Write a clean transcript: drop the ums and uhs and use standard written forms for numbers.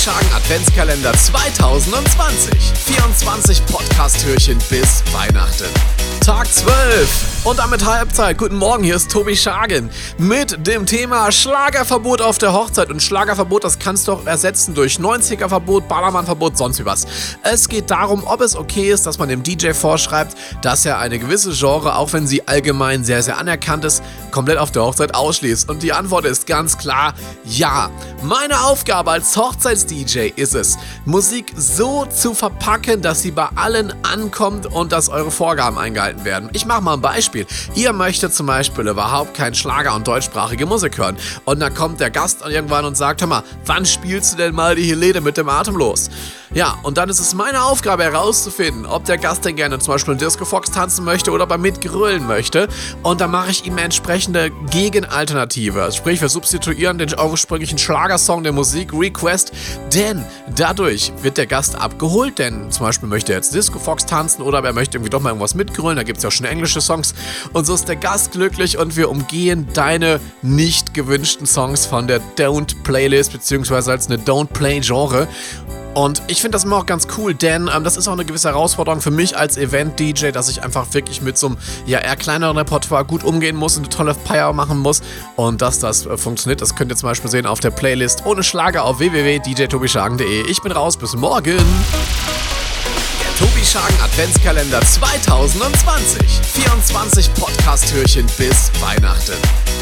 Schagen Adventskalender 2020. 24 Podcast-Türchen bis Weihnachten. Tag 12 und damit Halbzeit. Guten Morgen, hier ist Tobi Schagen mit dem Thema Schlagerverbot auf der Hochzeit. Und Schlagerverbot, das kannst du auch ersetzen durch 90er-Verbot, Ballermann-Verbot, sonst was. Es geht darum, ob es okay ist, dass man dem DJ vorschreibt, dass er eine gewisse Genre, auch wenn sie allgemein sehr, sehr anerkannt ist, komplett auf der Hochzeit ausschließt. Und die Antwort ist ganz klar, ja. Meine Aufgabe als Hochzeits-DJ ist es, Musik so zu verpacken, dass sie bei allen ankommt und dass eure Vorgaben eingehalten werden. Ich mache mal ein Beispiel. Ihr möchtet zum Beispiel überhaupt keinen Schlager und deutschsprachige Musik hören. Und dann kommt der Gast irgendwann und sagt, hör mal, wann spielst du denn mal die Helene mit dem Atemlos? Ja, und dann ist es meine Aufgabe herauszufinden, ob der Gast denn gerne zum Beispiel in Disco Fox tanzen möchte oder beim Mitgrölen möchte. Und dann mache ich ihm eine entsprechende Gegenalternative. Also sprich, wir substituieren den ursprünglichen Schlagersong der Musik Request, denn dadurch wird der Gast abgeholt, denn zum Beispiel möchte er jetzt Disco Fox tanzen oder er möchte irgendwie doch mal irgendwas mitgrölen, da gibt es ja auch schon englische Songs. Und so ist der Gast glücklich und wir umgehen deine nicht gewünschten Songs von der Don't Playlist beziehungsweise als eine Don't Play Genre. Und ich finde das immer auch ganz cool, denn das ist auch eine gewisse Herausforderung für mich als Event-DJ, dass ich einfach wirklich mit so einem eher kleineren Repertoire gut umgehen muss und eine tolle Feier machen muss. Und dass das funktioniert, das könnt ihr zum Beispiel sehen auf der Playlist ohne Schlager auf www.djtobischagen.de. Ich bin raus, bis morgen. Der Tobi Schagen Adventskalender 2020. 24 Podcast-Türchen bis Weihnachten.